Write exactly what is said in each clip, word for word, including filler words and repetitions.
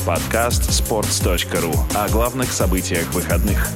Подкаст спортс точка ру о главных событиях выходных.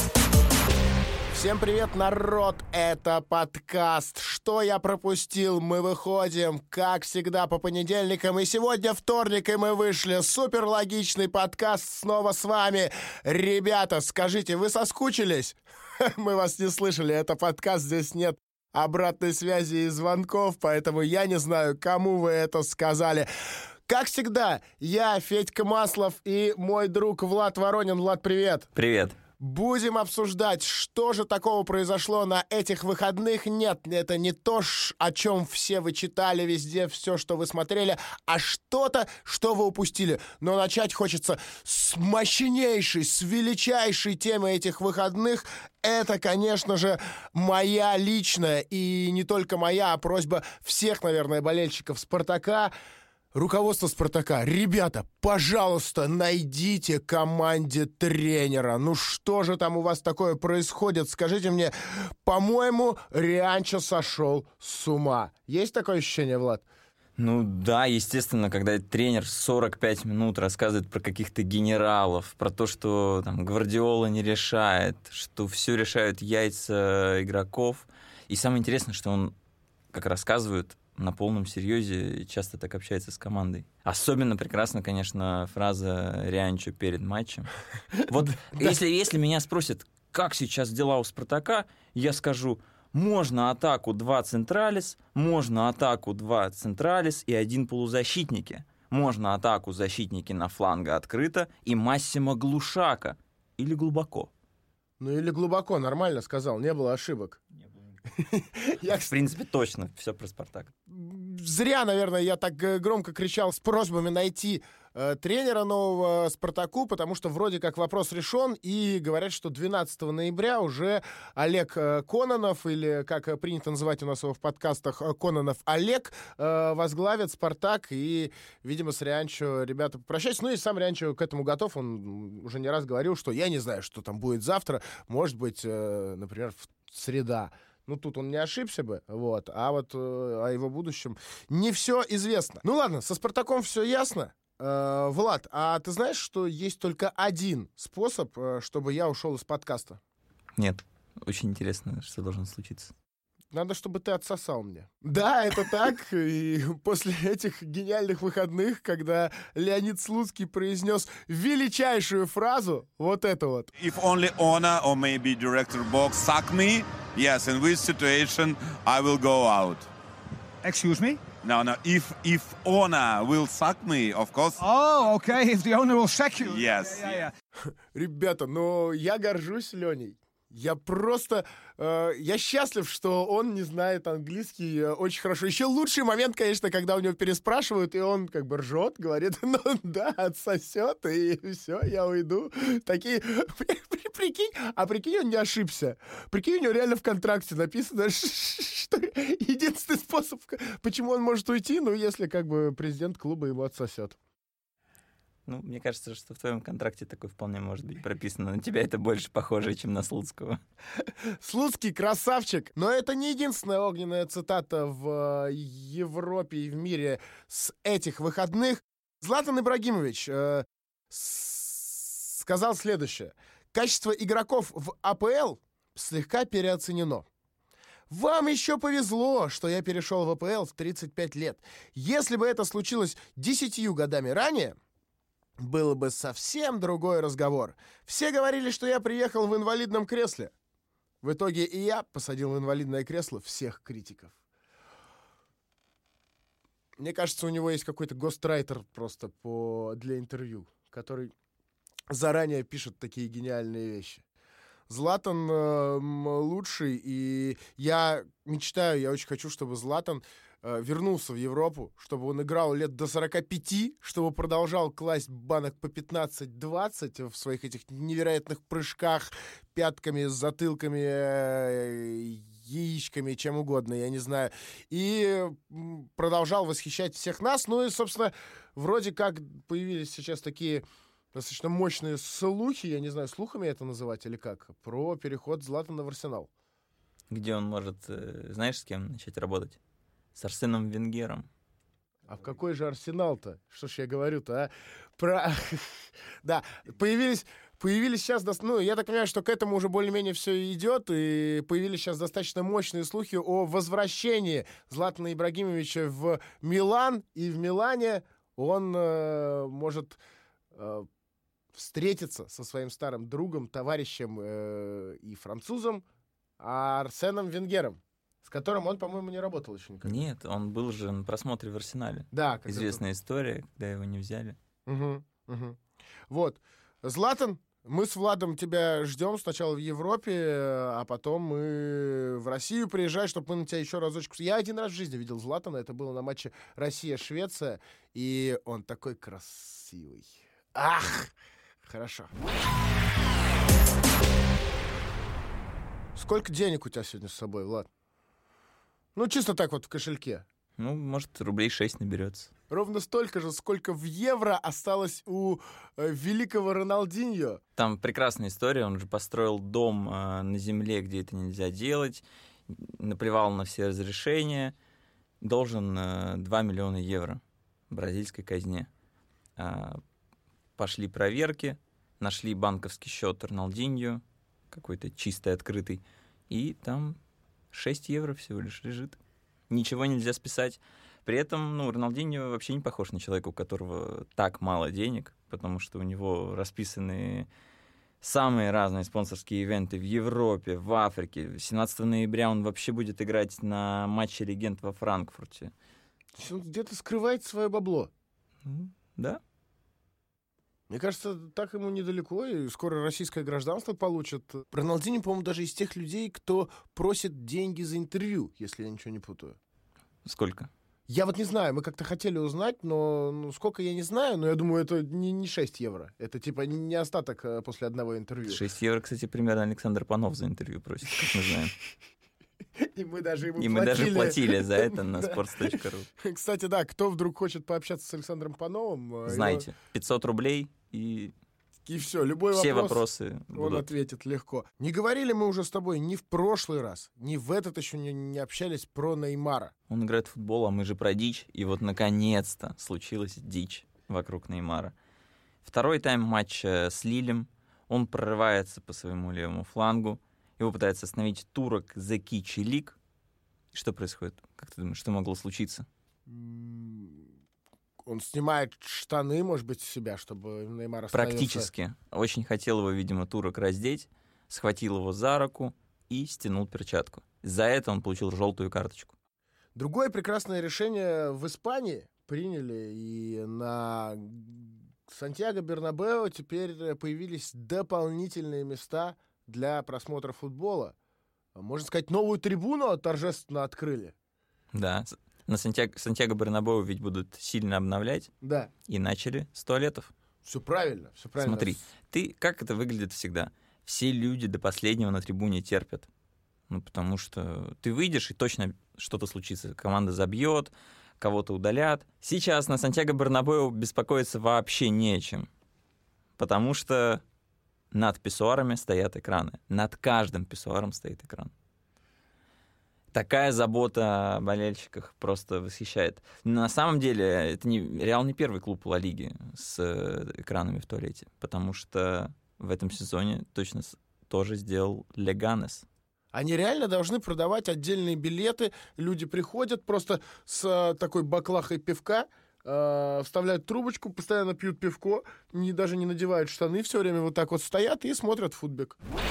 Всем привет, народ! Это подкаст «Что я пропустил?». Мы выходим, как всегда, по понедельникам. И сегодня вторник, и мы вышли. Супер логичный подкаст снова с вами. Ребята, скажите, вы соскучились? Мы вас не слышали. Это подкаст, здесь нет обратной связи и звонков, поэтому я не знаю, кому вы это сказали. Как всегда, я, Федька Маслов, и мой друг Влад Воронин. Влад, привет! Привет! Будем обсуждать, что же такого произошло на этих выходных. Нет, это не то, о чем все вы читали везде, все, что вы смотрели, а что-то, что вы упустили. Но начать хочется с мощнейшей, с величайшей темы этих выходных. Это, конечно же, моя личная, и не только моя, а просьба всех, наверное, болельщиков «Спартака». Руководство «Спартака», ребята, пожалуйста, найдите команде тренера. Ну что же там у вас такое происходит? Скажите мне, по-моему, Рианчо сошел с ума. Есть такое ощущение, Влад? Ну да, естественно, когда тренер сорок пять минут рассказывает про каких-то генералов, про то, что там Гвардиола не решает, что все решают яйца игроков. И самое интересное, что он, как рассказывает, на полном серьезе часто так общается с командой. Особенно прекрасно, конечно, фраза Рианчо перед матчем. Вот если, если меня спросят, как сейчас дела у «Спартака», я скажу, можно атаку два централис, можно атаку два централис и один полузащитники. Можно атаку защитники на фланге открыто и Массимо Глушака. Или глубоко. Ну или глубоко, нормально сказал, не было ошибок. Я, в принципе, точно все про «Спартак». Зря, наверное, я так громко кричал с просьбами найти э, тренера нового «Спартаку», потому что вроде как вопрос решен, и говорят, что двенадцатого ноября уже Олег э, Кононов, или, как принято называть у нас в подкастах, э, Кононов Олег, э, возглавит «Спартак», и, видимо, с Рианчо ребята попрощаются. Ну и сам Рианчо к этому готов, он уже не раз говорил, что я не знаю, что там будет завтра, может быть, э, например, в среда. Ну, тут он не ошибся бы, вот, а вот э, о его будущем не все известно. Ну, ладно, со «Спартаком» все ясно. Э, Влад, а ты знаешь, что есть только один способ, э, чтобы я ушел из подкаста? Нет, очень интересно, что должно случиться. Надо, чтобы ты отсосал мне. Да, это так. И после этих гениальных выходных, когда Леонид Слуцкий произнес величайшую фразу, вот это вот. If only Ona or maybe director Box suck me, yes, in this situation I will go out. Excuse me? No, no, if if Ona will suck me, of course. Oh, okay, if the owner will sack you. Yes. Yeah, yeah, yeah. Ребята, ну я горжусь Леней. Я просто... Э, я счастлив, что он не знает английский э, очень хорошо. Еще лучший момент, конечно, когда у него переспрашивают, и он как бы ржет, говорит, ну да, отсосет, и все, я уйду. Такие... Прикинь, а прикинь, он не ошибся. Прикинь, у него реально в контракте написано, что единственный способ, почему он может уйти, ну, если как бы президент клуба его отсосет. Ну, мне кажется, что в твоем контракте такой вполне может быть прописано. На тебя это больше похоже, чем на Слуцкого. Слуцкий красавчик. Но это не единственная огненная цитата в Европе и в мире с этих выходных. Златан Ибрагимович э, с- сказал следующее. Качество игроков в АПЛ слегка переоценено. Вам еще повезло, что я перешел в АПЛ в тридцать пять лет. Если бы это случилось десятью годами ранее, был бы совсем другой разговор. Все говорили, что я приехал в инвалидном кресле. В итоге и я посадил в инвалидное кресло всех критиков. Мне кажется, у него есть какой-то гострайтер просто по... для интервью, который заранее пишет такие гениальные вещи. Златан э, лучший, и я мечтаю, я очень хочу, чтобы Златан э, вернулся в Европу, чтобы он играл лет до сорока пяти, чтобы продолжал класть банок по пятнадцать-двадцать в своих этих невероятных прыжках, пятками, затылками, э, яичками, чем угодно, я не знаю. И продолжал восхищать всех нас. Ну и, собственно, вроде как появились сейчас такие... достаточно мощные слухи, я не знаю, слухами это называть или как, про переход Златана в Арсенал. Где он может, знаешь, с кем начать работать? С Арсеном Венгером. А в какой же Арсенал-то? Что ж я говорю-то, а? Про... Да, появились... Появились сейчас, ну, я так понимаю, что к этому уже более-менее все идет, и появились сейчас достаточно мощные слухи о возвращении Златана Ибрагимовича в Милан, и в Милане он э, может э, встретиться со своим старым другом, товарищем э, и французом Арсеном Венгером, с которым он, по-моему, не работал еще никогда. Нет, он был же на просмотре в Арсенале. Да. Известная это... история, когда его не взяли. Угу, угу. Вот. Златан, мы с Владом тебя ждем сначала в Европе, а потом мы в Россию приезжай, чтобы мы на тебя еще разочек... Я один раз в жизни видел Златана, это было на матче Россия-Швеция, и он такой красивый. Ах! Хорошо. Сколько денег у тебя сегодня с собой, Влад? Ну, чисто так вот в кошельке. Ну, может, рублей шесть наберется. Ровно столько же, сколько в евро осталось у э, великого Роналдиньо. Там прекрасная история. Он же построил дом э, на земле, где это нельзя делать, наплевал на все разрешения. Должен э, два миллиона евро бразильской казне. Э, пошли проверки, нашли банковский счет Роналдиньо, какой-то чистый, открытый, и там шесть евро всего лишь лежит. Ничего нельзя списать. При этом, ну, Роналдиньо вообще не похож на человека, у которого так мало денег, потому что у него расписаны самые разные спонсорские ивенты в Европе, в Африке. семнадцатого ноября он вообще будет играть на матче легенд во Франкфурте. То есть он где-то скрывает свое бабло. Mm, да. Мне кажется, так ему недалеко, и скоро российское гражданство получит. Роналдиньо, по-моему, даже из тех людей, кто просит деньги за интервью, если я ничего не путаю. Сколько? Я вот не знаю, мы как-то хотели узнать, но ну, сколько я не знаю, но я думаю, это не, не шесть евро. Это типа не остаток а, после одного интервью. шесть евро, кстати, примерно Александр Панов за интервью просит, как мы знаем. И мы даже ему И платили. мы даже платили за это на sports точка ру. Кстати, да, кто вдруг хочет пообщаться с Александром Пановым... Знаете, пятьсот рублей и... И все, любой все вопрос вопросы он будут. ответит легко. Не говорили мы уже с тобой ни в прошлый раз, ни в этот еще не, не общались про Неймара. Он играет в футбол, а мы же про дичь. И вот наконец-то случилась дичь вокруг Неймара. Второй тайм матча с Лилем. Он прорывается по своему левому флангу. Его пытается остановить турок Зеки Чилик. Что происходит? Как ты думаешь, что могло случиться? Он снимает штаны, может быть, с себя, чтобы Неймар остановился. Практически. Очень хотел его, видимо, турок раздеть, схватил его за руку и стянул перчатку. За это он получил желтую карточку. Другое прекрасное решение в Испании приняли, и на Сантьяго-Бернабеу теперь появились дополнительные места для просмотра футбола. Можно сказать, новую трибуну торжественно открыли. Да, на Сантьяго, Сантьяго-Бернабеу ведь будут сильно обновлять. Да. И начали с туалетов. Все правильно, все правильно. Смотри, ты, как это выглядит всегда? Все люди до последнего на трибуне терпят. Ну, потому что ты выйдешь, и точно что-то случится. Команда забьет, кого-то удалят. Сейчас на Сантьяго-Бернабеу беспокоиться вообще не о чем. Потому что над писсуарами стоят экраны. Над каждым писсуаром стоит экран. Такая забота о болельщиках просто восхищает. Но на самом деле это не, Реал не первый клуб Ла Лиги с экранами в туалете, потому что в этом сезоне точно тоже сделал Леганес. Они реально должны продавать отдельные билеты. Люди приходят просто с такой баклахой пивка, э, вставляют трубочку, постоянно пьют пивко, не, даже не надевают штаны, все время вот так вот стоят и смотрят футбик.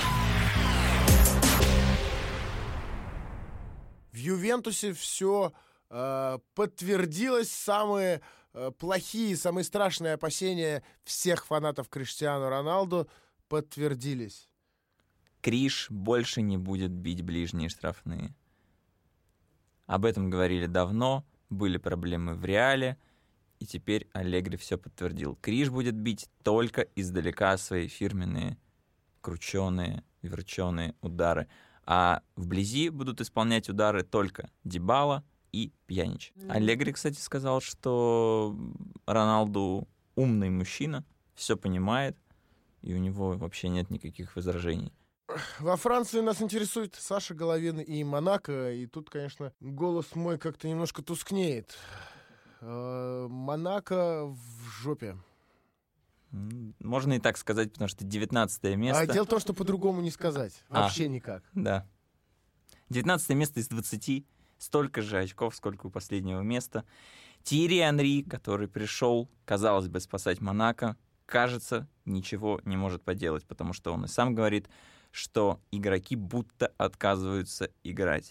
В Ювентусе все э, подтвердилось. Самые э, плохие, самые страшные опасения всех фанатов Криштиану Роналду подтвердились. Криш больше не будет бить ближние штрафные. Об этом говорили давно, были проблемы в Реале, и теперь Аллегри все подтвердил. Криш будет бить только издалека свои фирменные крученые, верченые удары. А вблизи будут исполнять удары только Дибала и Пьянич. Mm-hmm. Аллегри, кстати, сказал, что Роналду умный мужчина, все понимает, и у него вообще нет никаких возражений. Во Франции нас интересует Саша Головин и Монако, и тут, конечно, голос мой как-то немножко тускнеет. Э, Монако в жопе. Можно и так сказать, потому что девятнадцатое место. А дело в том, что по-другому не сказать. Вообще а, никак. Да. девятнадцатое место из двадцати. Столько же очков, сколько у последнего места. Тьерри Анри, который пришел, казалось бы, спасать Монако, кажется, ничего не может поделать, потому что он и сам говорит, что игроки будто отказываются играть.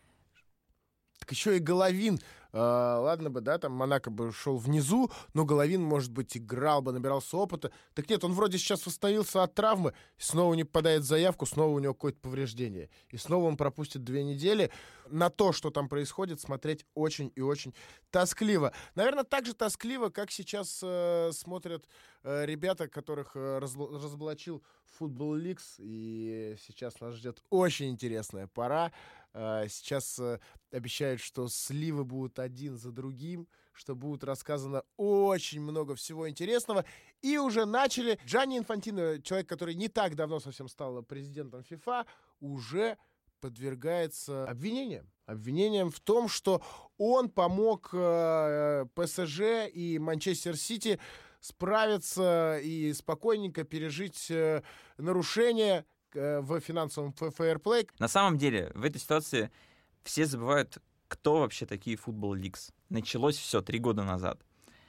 Так еще и Головин. Uh, ладно бы, да, там Монако бы шел внизу, но Головин, может быть, играл бы, набирался опыта. Так нет, он вроде сейчас восстановился от травмы, снова не попадает в заявку, снова у него какое-то повреждение. И снова он пропустит две недели. На то, что там происходит, смотреть очень и очень тоскливо. Наверное, так же тоскливо, как сейчас э, смотрят э, ребята, которых э, разбл- разоблачил Football League. И сейчас нас ждет очень интересная пора. Э, сейчас э, обещают, что сливы будут один за другим, что будет рассказано очень много всего интересного. И уже начали. Джанни Инфантино, человек, который не так давно совсем стал президентом ФИФА, уже подвергается обвинениям. Обвинениям в том, что он помог э, ПСЖ и Манчестер Сити справиться и спокойненько пережить э, нарушения э, в финансовом фейерплей. На самом деле, в этой ситуации все забывают, кто вообще такие Football Leagues. Началось все три года назад.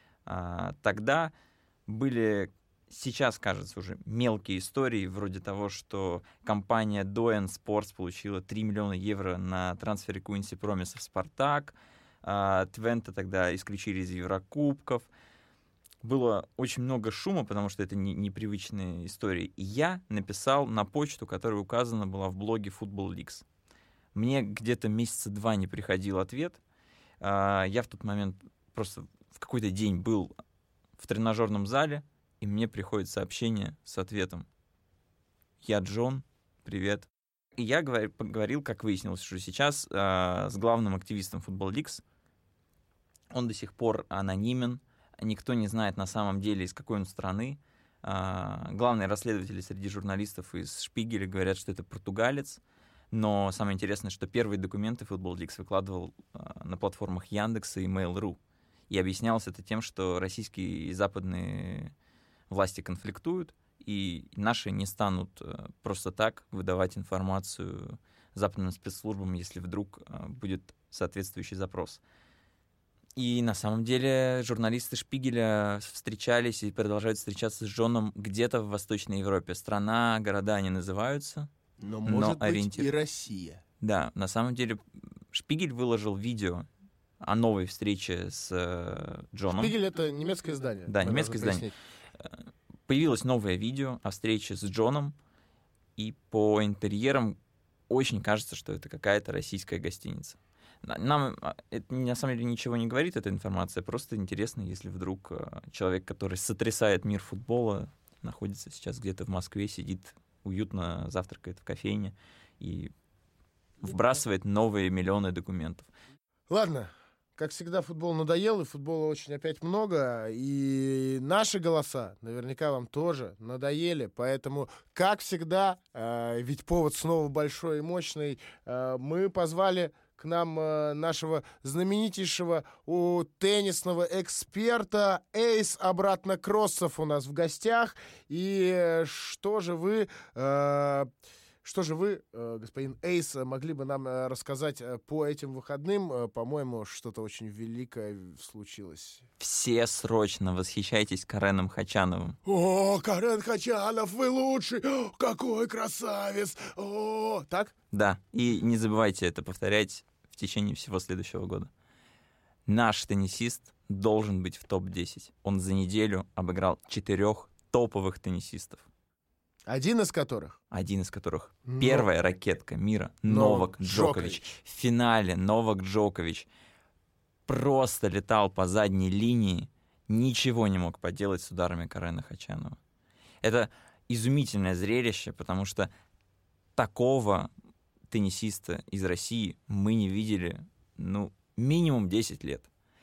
А, тогда были... Сейчас, кажется, уже мелкие истории, вроде того, что компания Doyen Sports получила три миллиона евро на трансфере Куинси Промиса в Спартак, а Твенте тогда исключили из Еврокубков. Было очень много шума, потому что это не, непривычные истории. И я написал на почту, которая указана была в блоге Football Leagues. Мне где-то месяца два не приходил ответ. А, я в тот момент просто в какой-то день был в тренажерном зале, и мне приходит сообщение с ответом: «Я Джон, привет». И я говор, поговорил, как выяснилось, что сейчас э, с главным активистом Football Leagues. Он до сих пор анонимен, никто не знает на самом деле, из какой он страны. Э, главные расследователи среди журналистов из Шпигеля говорят, что это португалец. Но самое интересное, что первые документы Football Leagues выкладывал э, на платформах Яндекса и Mail.ru. И объяснялось это тем, что российские и западные власти конфликтуют, и наши не станут э, просто так выдавать информацию западным спецслужбам, если вдруг э, будет соответствующий запрос. И на самом деле журналисты Шпигеля встречались и продолжают встречаться с Джоном где-то в Восточной Европе. Страна, города не называются, но, может но быть, ориентир... и Россия. Да, на самом деле Шпигель выложил видео о новой встрече с э, Джоном. Шпигель — это немецкое издание. Да, немецкое издание. Появилось новое видео о встрече с Джоном, и по интерьерам очень кажется, что это какая-то российская гостиница. Нам это на самом деле ничего не говорит, эта информация, просто интересно, если вдруг человек, который сотрясает мир футбола, находится сейчас где-то в Москве, сидит уютно, завтракает в кофейне и вбрасывает новые миллионы документов. Ладно. Как всегда, футбол надоел, и футбола очень опять много, и наши голоса наверняка вам тоже надоели, поэтому, как всегда, э, ведь повод снова большой и мощный, э, мы позвали к нам э, нашего знаменитейшего у теннисного эксперта Эйс Обратно Кроссов у нас в гостях, и э, что же вы... Э, Что же вы, господин Эйс, могли бы нам рассказать по этим выходным? По-моему, что-то очень великое случилось. Все срочно восхищайтесь Кареном Хачановым. О, Карен Хачанов, вы лучший! О, какой красавец! О, так? Да, и не забывайте это повторять в течение всего следующего года. Наш теннисист должен быть в топ десять. Он за неделю обыграл четырех топовых теннисистов. Один из которых? Один из которых. Но... Первая ракетка мира. Новак, Новак Джокович. Джокович. В финале Новак Джокович просто летал по задней линии, ничего не мог поделать с ударами Карена Хачанова. Это изумительное зрелище, потому что такого теннисиста из России мы не видели, ну, минимум десять лет.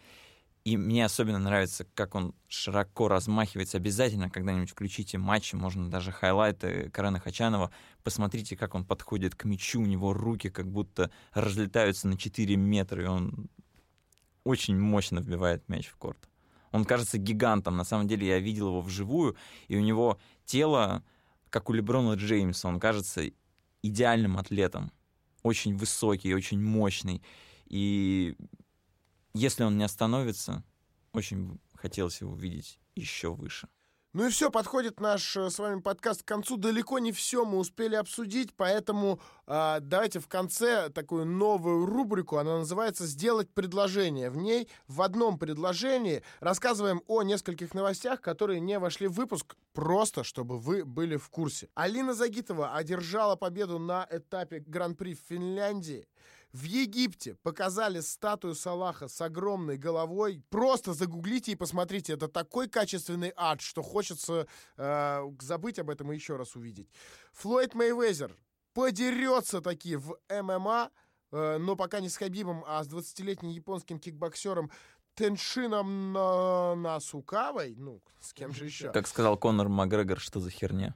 И мне особенно нравится, как он широко размахивается. Обязательно когда-нибудь включите матчи, можно даже хайлайты Карена Хачанова. Посмотрите, как он подходит к мячу, у него руки как будто разлетаются на четыре метра, и он очень мощно вбивает мяч в корт. Он кажется гигантом. На самом деле я видел его вживую, и у него тело, как у Леброна Джеймса, он кажется идеальным атлетом. Очень высокий, очень мощный. И если он не остановится, очень хотелось его увидеть еще выше. Ну и все, подходит наш с вами подкаст к концу. Далеко не все мы успели обсудить, поэтому э, давайте в конце такую новую рубрику. Она называется «Сделать предложение». В ней в одном предложении рассказываем о нескольких новостях, которые не вошли в выпуск, просто чтобы вы были в курсе. Алина Загитова одержала победу на этапе Гран-при в Финляндии. В Египте показали статую Салаха с огромной головой. Просто загуглите и посмотрите. Это такой качественный ад, что хочется э, забыть об этом и еще раз увидеть. Флойд Мейвезер подерется таки в эм эм а, э, но пока не с Хабибом, а с двадцатилетним японским кикбоксером Теншином на... Насукавой. Ну, с кем же еще? Как сказал Конор Макгрегор, что за херня?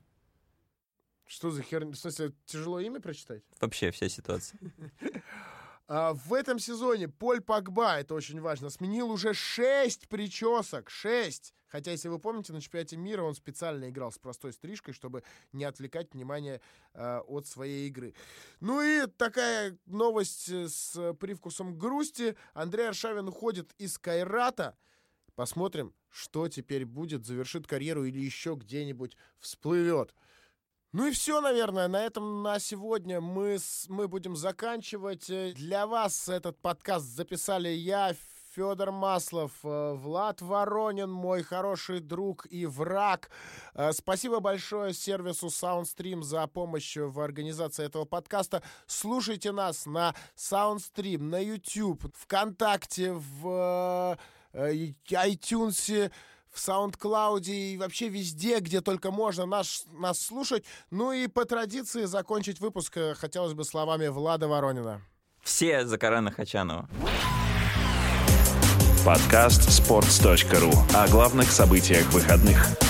Что за херня? В смысле, тяжело имя прочитать? Вообще вся ситуация. А в этом сезоне Поль Погба, это очень важно, сменил уже шесть причесок. Шесть! Хотя, если вы помните, на чемпионате мира он специально играл с простой стрижкой, чтобы не отвлекать внимание э, от своей игры. Ну и такая новость с привкусом грусти. Андрей Аршавин уходит из Кайрата. Посмотрим, что теперь будет. Завершит карьеру или еще где-нибудь всплывет. Ну и все, наверное, на этом на сегодня мы, с, мы будем заканчивать. Для вас этот подкаст записали я, Федор Маслов, Влад Воронин, мой хороший друг и враг. Спасибо большое сервису SoundStream за помощь в организации этого подкаста. Слушайте нас на SoundStream, на YouTube, ВКонтакте, в iTunes, в SoundCloud и вообще везде, где только можно наш, нас слушать. Ну и по традиции закончить выпуск хотелось бы словами Влада Воронина. Все за Карена Хачанова. Подкаст спортс точка ру о главных событиях выходных.